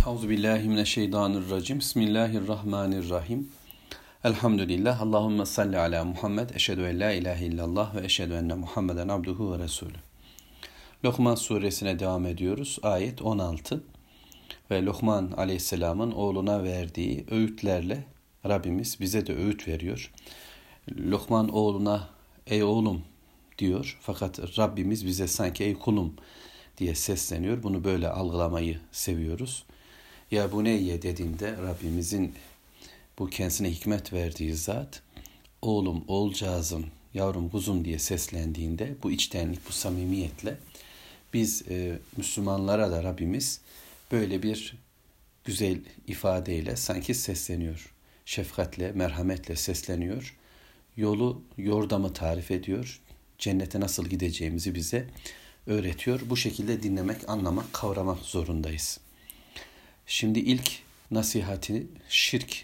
Euzubillahimineşşeytanirracim. Bismillahirrahmanirrahim. Elhamdülillah. Allahümme salli ala Muhammed. Eşhedü en la ilahe illallah ve eşhedü enne Muhammeden abduhu ve resulü. Lokman suresine devam ediyoruz. Ayet 16. Ve Lokman aleyhisselamın oğluna verdiği öğütlerle Rabbimiz bize de öğüt veriyor. Lokman oğluna ey oğlum diyor. Fakat Rabbimiz bize sanki ey kulum diye sesleniyor. Bunu böyle algılamayı seviyoruz. Ya buneyye dediğinde Rabbimizin bu kendisine hikmet verdiği zat, oğlum, oğulcağızım, yavrum, kuzum diye seslendiğinde bu içtenlik, bu samimiyetle biz Müslümanlara da Rabbimiz böyle bir güzel ifadeyle sanki sesleniyor. Şefkatle, merhametle sesleniyor. Yolu, yordamı tarif ediyor. Cennete nasıl gideceğimizi bize öğretiyor. Bu şekilde dinlemek, anlamak, kavramak zorundayız. Şimdi ilk nasihati şirk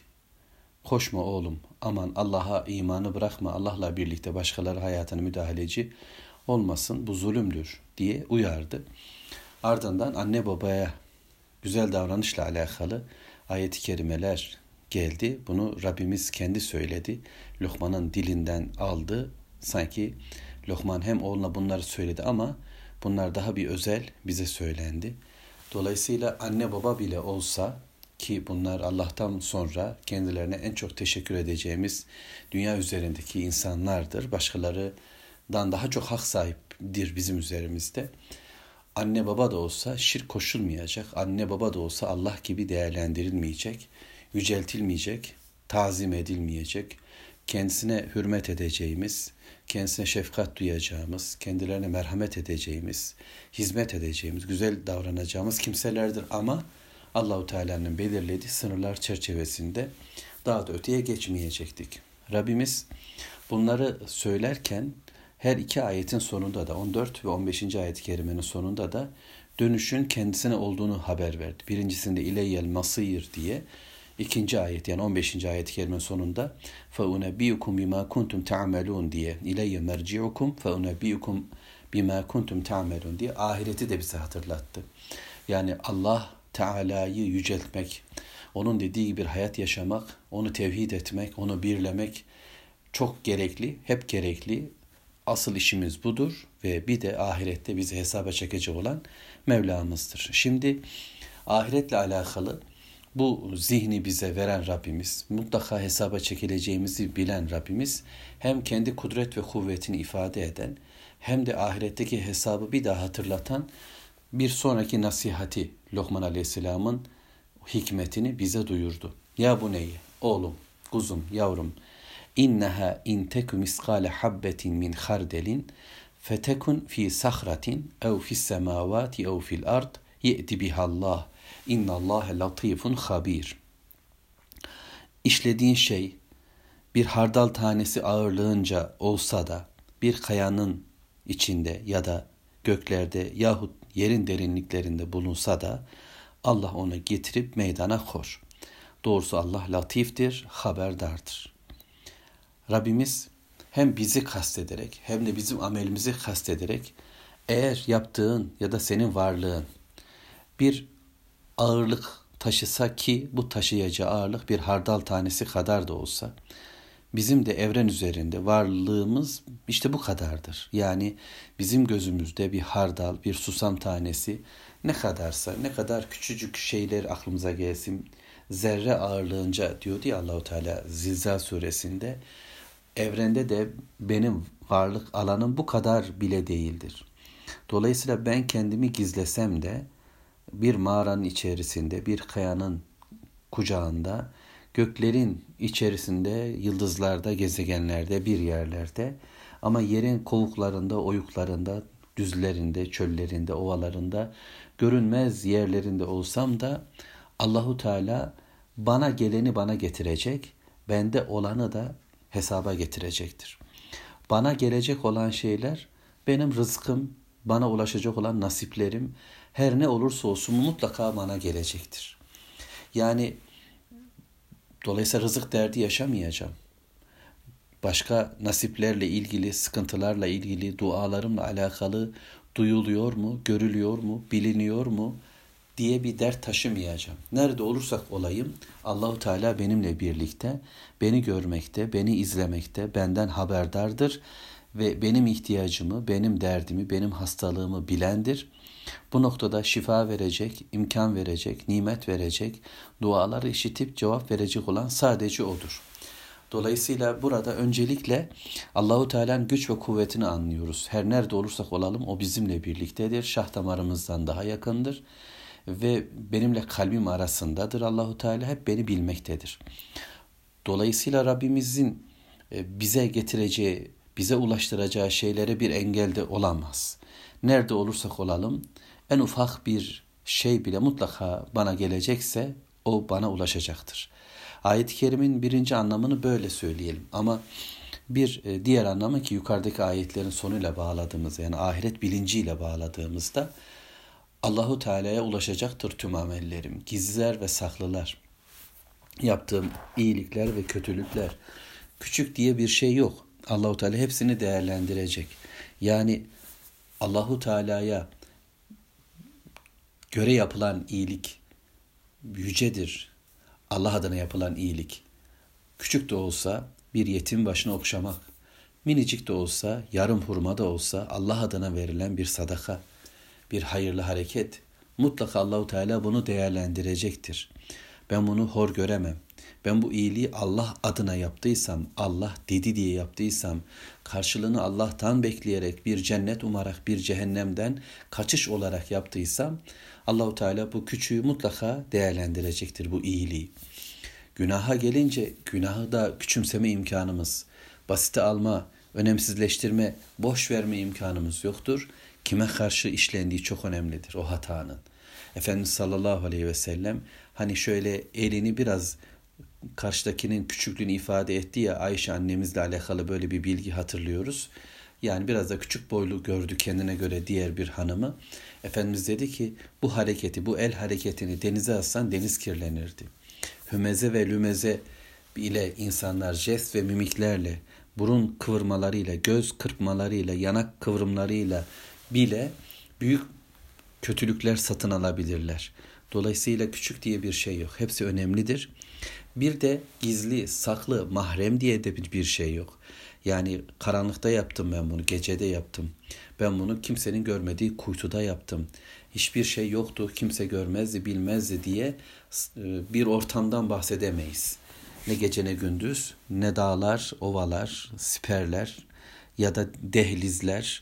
koşma oğlum, aman Allah'a imanı bırakma, Allah'la birlikte başkaları hayatına müdahaleci olmasın, bu zulümdür diye uyardı. Ardından anne babaya güzel davranışla alakalı ayet-i kerimeler geldi. Bunu Rabbimiz kendi söyledi. Lokman'ın dilinden aldı. Sanki Lokman hem oğluna bunları söyledi ama bunlar daha bir özel bize söylendi. Dolayısıyla anne baba bile olsa ki bunlar Allah'tan sonra kendilerine en çok teşekkür edeceğimiz dünya üzerindeki insanlardır. Başkalarından daha çok hak sahiptir bizim üzerimizde. Anne baba da olsa şirk koşulmayacak. Anne baba da olsa Allah gibi değerlendirilmeyecek, yüceltilmeyecek, tazim edilmeyecek. Kendisine hürmet edeceğimiz, kendisine şefkat duyacağımız, kendilerine merhamet edeceğimiz, hizmet edeceğimiz, güzel davranacağımız kimselerdir. Ama Allahu Teala'nın belirlediği sınırlar çerçevesinde daha da öteye geçmeyecektik. Rabbimiz bunları söylerken her iki ayetin sonunda da 14 ve 15. ayet-i kerimenin sonunda da dönüşün kendisine olduğunu haber verdi. Birincisinde İleyyel masir diye, İkinci ayet yani 15. ayet-i kerimenin sonunda فَاُنَبِّيُكُمْ بِمَا كُنْتُمْ تَعْمَلُونَ diye İleyye مَرْجِعُكُمْ فَاُنَبِّيُكُمْ بِمَا كُنْتُمْ تَعْمَلُونَ diye ahireti de bize hatırlattı. Yani Allah Teala'yı yüceltmek, onun dediği gibi bir hayat yaşamak, onu tevhid etmek, onu birlemek çok gerekli, hep gerekli. Asıl işimiz budur ve bir de ahirette bizi hesaba çekecek olan Mevlamızdır. Şimdi ahiretle alakalı bu zihni bize veren Rabbimiz, mutlaka hesaba çekileceğimizi bilen Rabbimiz, hem kendi kudret ve kuvvetini ifade eden, hem de ahiretteki hesabı bir daha hatırlatan bir sonraki nasihati Lokman Aleyhisselam'ın hikmetini bize duyurdu. Ya buneyye, oğlum, kuzum, yavrum, inneha in teku miskale habbetin min hardelin fetekun fi sahratin ev fis semavati ev fil ard ye'ti bihallah. İnnallâhe latifun habir. İşlediğin şey bir hardal tanesi ağırlığınca olsa da bir kayanın içinde ya da göklerde yahut yerin derinliklerinde bulunsa da Allah onu getirip meydana kor. Doğrusu Allah latiftir, haberdardır. Rabbimiz hem bizi kastederek hem de bizim amelimizi kastederek eğer yaptığın ya da senin varlığın bir ağırlık taşısa ki bu taşıyacağı ağırlık bir hardal tanesi kadar da olsa bizim de evren üzerinde varlığımız işte bu kadardır. Yani bizim gözümüzde bir hardal, bir susam tanesi ne kadarsa, ne kadar küçücük şeyler aklımıza gelsin, zerre ağırlığınca diyordu ya Allahu Teala Zilzal suresinde, evrende de benim varlık alanım bu kadar bile değildir. Dolayısıyla ben kendimi gizlesem de bir mağaranın içerisinde, bir kayanın kucağında, göklerin içerisinde, yıldızlarda, gezegenlerde, bir yerlerde ama yerin kovuklarında, oyuklarında, düzlerinde, çöllerinde, ovalarında, görünmez yerlerinde olsam da Allahu Teala bana geleni bana getirecek, bende olanı da hesaba getirecektir. Bana gelecek olan şeyler benim rızkım, bana ulaşacak olan nasiplerim, her ne olursa olsun mutlaka bana gelecektir. Yani dolayısıyla rızık derdi yaşamayacağım. Başka nasiplerle ilgili, sıkıntılarla ilgili, dualarımla alakalı duyuluyor mu, görülüyor mu, biliniyor mu? diye bir dert taşımayacağım. Nerede olursak olayım Allahu Teala benimle birlikte, beni görmekte, beni izlemekte, benden haberdardır ve benim ihtiyacımı, benim derdimi, benim hastalığımı bilendir. Bu noktada şifa verecek, imkan verecek, nimet verecek, duaları işitip cevap verecek olan sadece O'dur. Dolayısıyla burada öncelikle Allahu Teala'nın güç ve kuvvetini anlıyoruz. Her nerede olursak olalım o bizimle birliktedir. Şah damarımızdan daha yakındır ve benimle kalbim arasındadır. Allahu Teala hep beni bilmektedir. Dolayısıyla Rabbimizin bize getireceği, bize ulaştıracağı şeylere bir engel de olamaz. Nerede olursak olalım en ufak bir şey bile mutlaka bana gelecekse o bana ulaşacaktır. Ayet-i Kerime'nin birinci anlamını böyle söyleyelim. Ama bir diğer anlamı ki yukarıdaki ayetlerin sonuyla bağladığımızda, yani ahiret bilinciyle bağladığımızda Allahu Teala'ya ulaşacaktır tüm amellerim. Gizliler ve saklılar. Yaptığım iyilikler ve kötülükler. Küçük diye bir şey yok. Allahu Teala hepsini değerlendirecek. Yani Allahu Teala'ya göre yapılan iyilik yücedir. Allah adına yapılan iyilik. Küçük de olsa bir yetim başına okşamak, minicik de olsa, yarım hurma da olsa Allah adına verilen bir sadaka, bir hayırlı hareket. Mutlaka Allahu Teala bunu değerlendirecektir. Ben bunu hor göremem. Ben bu iyiliği Allah adına yaptıysam, Allah dedi diye yaptıysam, karşılığını Allah'tan bekleyerek, bir cennet umarak, bir cehennemden kaçış olarak yaptıysam, Allahu Teala bu küçüğü mutlaka değerlendirecektir, bu iyiliği. Günaha gelince günahı da küçümseme imkanımız, basite alma, önemsizleştirme, boş verme imkanımız yoktur. Kime karşı işlendiği çok önemlidir o hatanın. Efendimiz sallallahu aleyhi ve sellem hani şöyle elini biraz karşıdakinin küçüklüğünü ifade etti ya, Ayşe annemizle alakalı böyle bir bilgi hatırlıyoruz. Yani biraz da küçük boylu gördü kendine göre diğer bir hanımı. Efendimiz dedi ki bu hareketi, bu el hareketini denize atsan deniz kirlenirdi. Hümeze ve lümeze ile insanlar jest ve mimiklerle, burun kıvırmalarıyla, göz kırpmalarıyla, yanak kıvrımlarıyla bile büyük kötülükler satın alabilirler. Dolayısıyla küçük diye bir şey yok. Hepsi önemlidir. Bir de gizli, saklı, mahrem diye de bir şey yok. Yani karanlıkta yaptım ben bunu, gecede yaptım. Ben bunu kimsenin görmediği kuytuda yaptım. Hiçbir şey yoktu, kimse görmezdi, bilmezdi diye bir ortamdan bahsedemeyiz. Ne gece ne gündüz, ne dağlar, ovalar, siperler ya da dehlizler,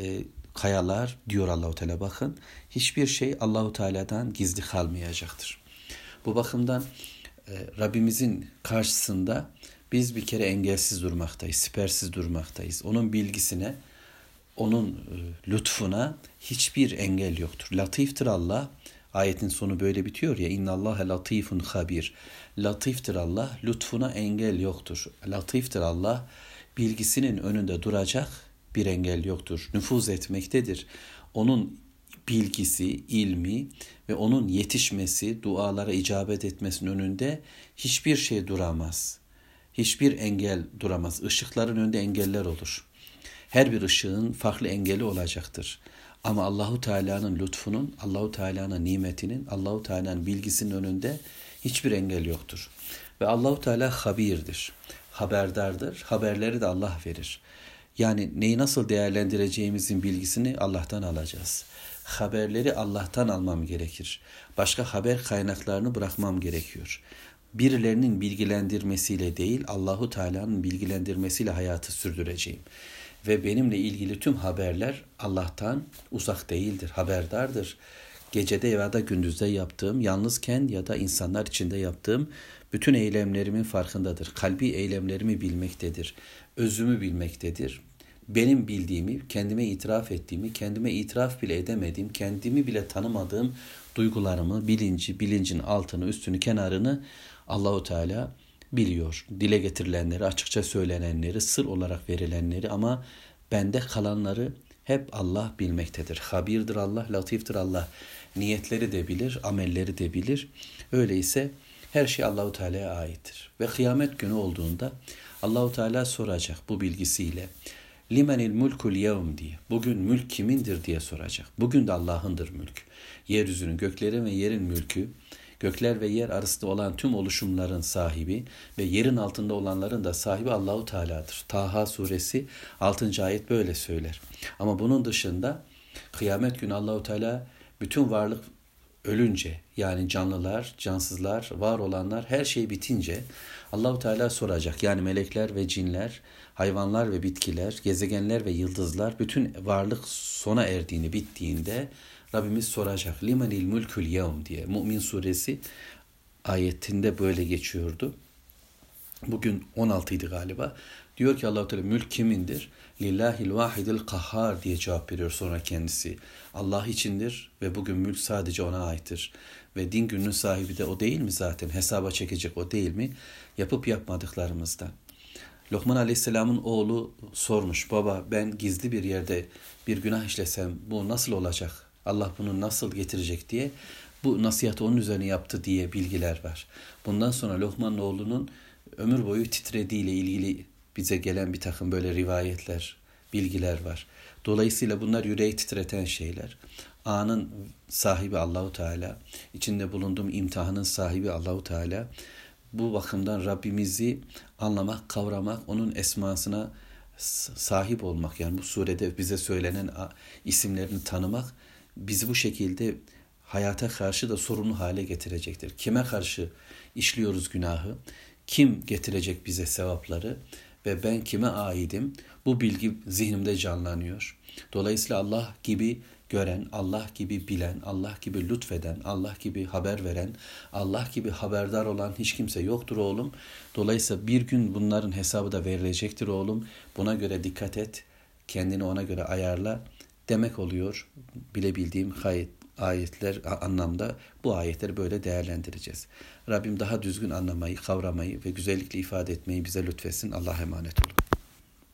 kayalar diyor Allahu Teala, bakın. Hiçbir şey Allahu Teala'dan gizli kalmayacaktır. Bu bakımdan Rabbimizin karşısında biz bir kere engelsiz durmaktayız, sipersiz durmaktayız. Onun bilgisine, onun lütfuna hiçbir engel yoktur. Latiftir Allah. Ayetin sonu böyle bitiyor ya. İnnallâhe latifun habir. Latiftir Allah. Lütfuna engel yoktur. Latiftir Allah. Bilgisinin önünde duracak bir engel yoktur. Nüfuz etmektedir. Onun bilgisi, ilmi ve onun yetişmesi, dualara icabet etmesinin önünde hiçbir şey duramaz. Hiçbir engel duramaz. Işıkların önünde engeller olur. Her bir ışığın farklı engeli olacaktır. Ama Allahu Teala'nın lütfunun, Allahu Teala'nın nimetinin, Allahu Teala'nın bilgisinin önünde hiçbir engel yoktur. Ve Allahu Teala habirdir. Haberdardır. Haberleri de Allah verir. Yani neyi nasıl değerlendireceğimizin bilgisini Allah'tan alacağız. Haberleri Allah'tan almam gerekir. Başka haber kaynaklarını bırakmam gerekiyor. Birilerinin bilgilendirmesiyle değil, Allahu Teala'nın bilgilendirmesiyle hayatı sürdüreceğim. Ve benimle ilgili tüm haberler Allah'tan uzak değildir, haberdardır. Gecede ya da gündüzde yaptığım, yalnızken ya da insanlar içinde yaptığım bütün eylemlerimin farkındadır. Kalbi eylemlerimi bilmektedir, özümü bilmektedir. Benim bildiğimi, kendime itiraf ettiğimi, kendime itiraf bile edemediğim, kendimi bile tanımadığım duygularımı, bilincin altını, üstünü, kenarını Allahu Teala biliyor. Dile getirilenleri, açıkça söylenenleri, sır olarak verilenleri ama bende kalanları hep Allah bilmektedir. Habirdir Allah, latiftir Allah. Niyetleri de bilir, amelleri de bilir. Öyleyse her şey Allahu Teala'ya aittir. Ve kıyamet günü olduğunda Allahu Teala soracak bu bilgisiyle. Limenil mulkul yevm diye. Bugün mülk kimindir diye soracak. Bugün de Allah'ındır mülk. Yeryüzünün, göklerin ve yerin mülkü, gökler ve yer arasında olan tüm oluşumların sahibi ve yerin altında olanların da sahibi Allahu Teala'dır. Taha suresi 6. ayet böyle söyler. Ama bunun dışında kıyamet günü Allahu Teala bütün varlık ölünce, yani canlılar, cansızlar, var olanlar, her şey bitince Allahu Teala soracak. Yani melekler ve cinler, hayvanlar ve bitkiler, gezegenler ve yıldızlar, bütün varlık sona erdiğini, bittiğinde Rabbimiz soracak. Limenil mulkul yevm diye. Mü'min suresi ayetinde böyle geçiyordu. Bugün 16 idi galiba. Diyor ki Allah-u Teala mülk kimindir? Lillahil vahidil kahhar diye cevap veriyor sonra kendisi. Allah içindir ve bugün mülk sadece ona aittir. Ve din gününün sahibi de o değil mi zaten? Hesaba çekecek o değil mi? Yapıp yapmadıklarımızdan. Lokman Aleyhisselam'ın oğlu sormuş. Baba, ben gizli bir yerde bir günah işlesem bu nasıl olacak? Allah bunu nasıl getirecek diye. Bu nasihatı onun üzerine yaptı diye bilgiler var. Bundan sonra Lokman'ın oğlunun ömür boyu titrediğiyle ilgili bize gelen bir takım böyle rivayetler, bilgiler var. Dolayısıyla bunlar yüreği titreten şeyler. Anın sahibi Allahu Teala, içinde bulunduğum imtihanın sahibi Allahu Teala. Bu bakımdan Rabbimizi anlamak, kavramak, onun esmasına sahip olmak, yani bu surede bize söylenen isimlerini tanımak bizi bu şekilde hayata karşı da sorumlu hale getirecektir. Kime karşı işliyoruz günahı? Kim getirecek bize sevapları ve ben kime aidim? Bu bilgi zihnimde canlanıyor. Dolayısıyla Allah gibi gören, Allah gibi bilen, Allah gibi lütfeden, Allah gibi haber veren, Allah gibi haberdar olan hiç kimse yoktur oğlum. Dolayısıyla bir gün bunların hesabı da verilecektir oğlum. Buna göre dikkat et, kendini ona göre ayarla demek oluyor. Bilebildiğim ayetler anlamda bu ayetleri böyle değerlendireceğiz. Rabbim daha düzgün anlamayı, kavramayı ve güzellikle ifade etmeyi bize lütfetsin. Allah'a emanet olun.